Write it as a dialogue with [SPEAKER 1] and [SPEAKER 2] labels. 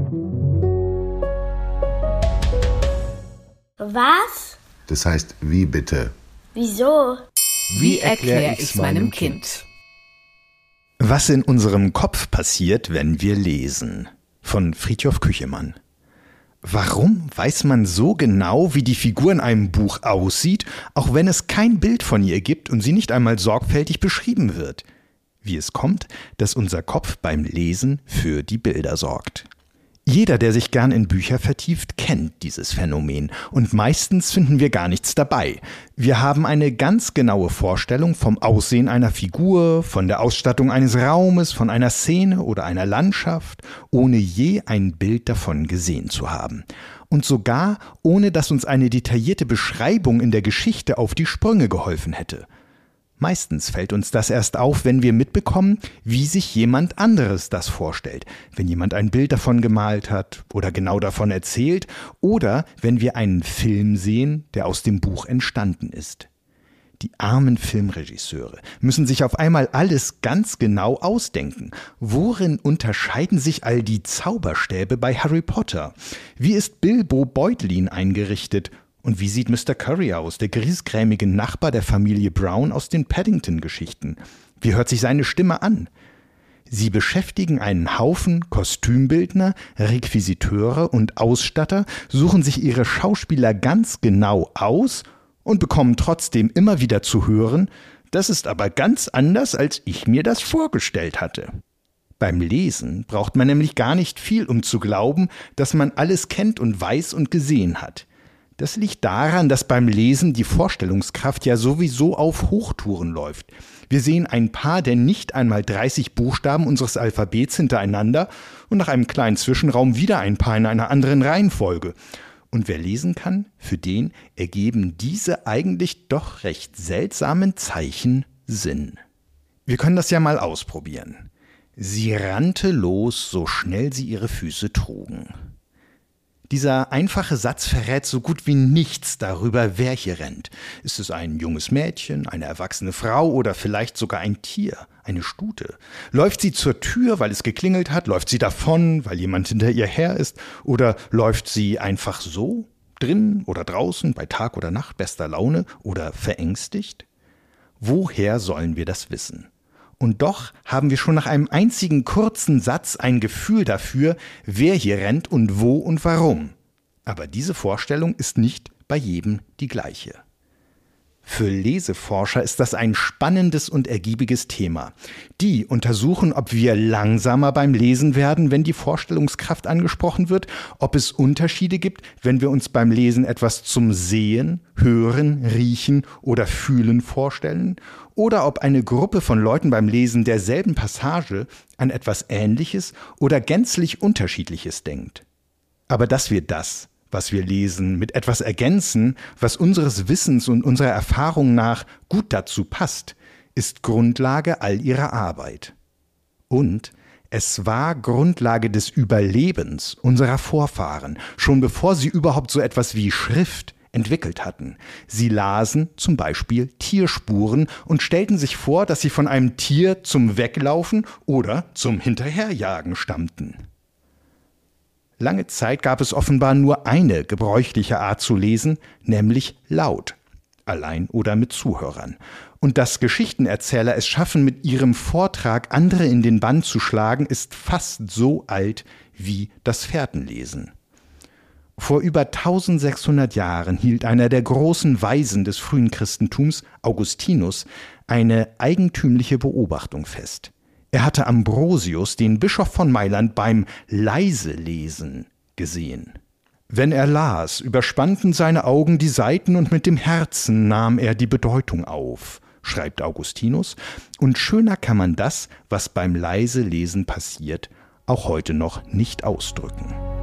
[SPEAKER 1] Was?
[SPEAKER 2] Das heißt, wie bitte?
[SPEAKER 1] Wieso?
[SPEAKER 3] Wie erkläre ich's meinem Kind?
[SPEAKER 4] Was in unserem Kopf passiert, wenn wir lesen. Von Fridtjof Küchemann. Warum weiß man so genau, wie die Figur in einem Buch aussieht, auch wenn es kein Bild von ihr gibt und sie nicht einmal sorgfältig beschrieben wird? Wie es kommt, dass unser Kopf beim Lesen für die Bilder sorgt. Jeder, der sich gern in Bücher vertieft, kennt dieses Phänomen und meistens finden wir gar nichts dabei. Wir haben eine ganz genaue Vorstellung vom Aussehen einer Figur, von der Ausstattung eines Raumes, von einer Szene oder einer Landschaft, ohne je ein Bild davon gesehen zu haben. Und sogar ohne dass uns eine detaillierte Beschreibung in der Geschichte auf die Sprünge geholfen hätte. Meistens fällt uns das erst auf, wenn wir mitbekommen, wie sich jemand anderes das vorstellt, wenn jemand ein Bild davon gemalt hat oder genau davon erzählt oder wenn wir einen Film sehen, der aus dem Buch entstanden ist. Die armen Filmregisseure müssen sich auf einmal alles ganz genau ausdenken. Worin unterscheiden sich all die Zauberstäbe bei Harry Potter? Wie ist Bilbo Beutlin eingerichtet? Und wie sieht Mr. Curry aus, der griesgrämige Nachbar der Familie Brown aus den Paddington-Geschichten? Wie hört sich seine Stimme an? Sie beschäftigen einen Haufen Kostümbildner, Requisiteure und Ausstatter, suchen sich ihre Schauspieler ganz genau aus und bekommen trotzdem immer wieder zu hören, das ist aber ganz anders, als ich mir das vorgestellt hatte. Beim Lesen braucht man nämlich gar nicht viel, um zu glauben, dass man alles kennt und weiß und gesehen hat. Das liegt daran, dass beim Lesen die Vorstellungskraft ja sowieso auf Hochtouren läuft. Wir sehen ein paar der nicht einmal 30 Buchstaben unseres Alphabets hintereinander und nach einem kleinen Zwischenraum wieder ein paar in einer anderen Reihenfolge. Und wer lesen kann, für den ergeben diese eigentlich doch recht seltsamen Zeichen Sinn. Wir können das ja mal ausprobieren. Sie rannte los, so schnell sie ihre Füße trugen. Dieser einfache Satz verrät so gut wie nichts darüber, wer hier rennt. Ist es ein junges Mädchen, eine erwachsene Frau oder vielleicht sogar ein Tier, eine Stute? Läuft sie zur Tür, weil es geklingelt hat? Läuft sie davon, weil jemand hinter ihr her ist? Oder läuft sie einfach so, drinnen oder draußen, bei Tag oder Nacht, bester Laune oder verängstigt? Woher sollen wir das wissen? Und doch haben wir schon nach einem einzigen kurzen Satz ein Gefühl dafür, wer hier rennt und wo und warum. Aber diese Vorstellung ist nicht bei jedem die gleiche. Für Leseforscher ist das ein spannendes und ergiebiges Thema. Die untersuchen, ob wir langsamer beim Lesen werden, wenn die Vorstellungskraft angesprochen wird, ob es Unterschiede gibt, wenn wir uns beim Lesen etwas zum Sehen, Hören, Riechen oder Fühlen vorstellen, oder ob eine Gruppe von Leuten beim Lesen derselben Passage an etwas Ähnliches oder gänzlich Unterschiedliches denkt. Aber dass wir das, was wir lesen, mit etwas ergänzen, was unseres Wissens und unserer Erfahrung nach gut dazu passt, ist Grundlage all ihrer Arbeit. Und es war Grundlage des Überlebens unserer Vorfahren, schon bevor sie überhaupt so etwas wie Schrift entwickelt hatten. Sie lasen zum Beispiel Tierspuren und stellten sich vor, dass sie von einem Tier zum Weglaufen oder zum Hinterherjagen stammten. Lange Zeit gab es offenbar nur eine gebräuchliche Art zu lesen, nämlich laut, allein oder mit Zuhörern. Und dass Geschichtenerzähler es schaffen, mit ihrem Vortrag andere in den Bann zu schlagen, ist fast so alt wie das Fährtenlesen. Vor über 1600 Jahren hielt einer der großen Weisen des frühen Christentums, Augustinus, eine eigentümliche Beobachtung fest. Er hatte Ambrosius, den Bischof von Mailand, beim Leiselesen gesehen. Wenn er las, überspannten seine Augen die Seiten und mit dem Herzen nahm er die Bedeutung auf, schreibt Augustinus, und schöner kann man das, was beim Leiselesen passiert, auch heute noch nicht ausdrücken.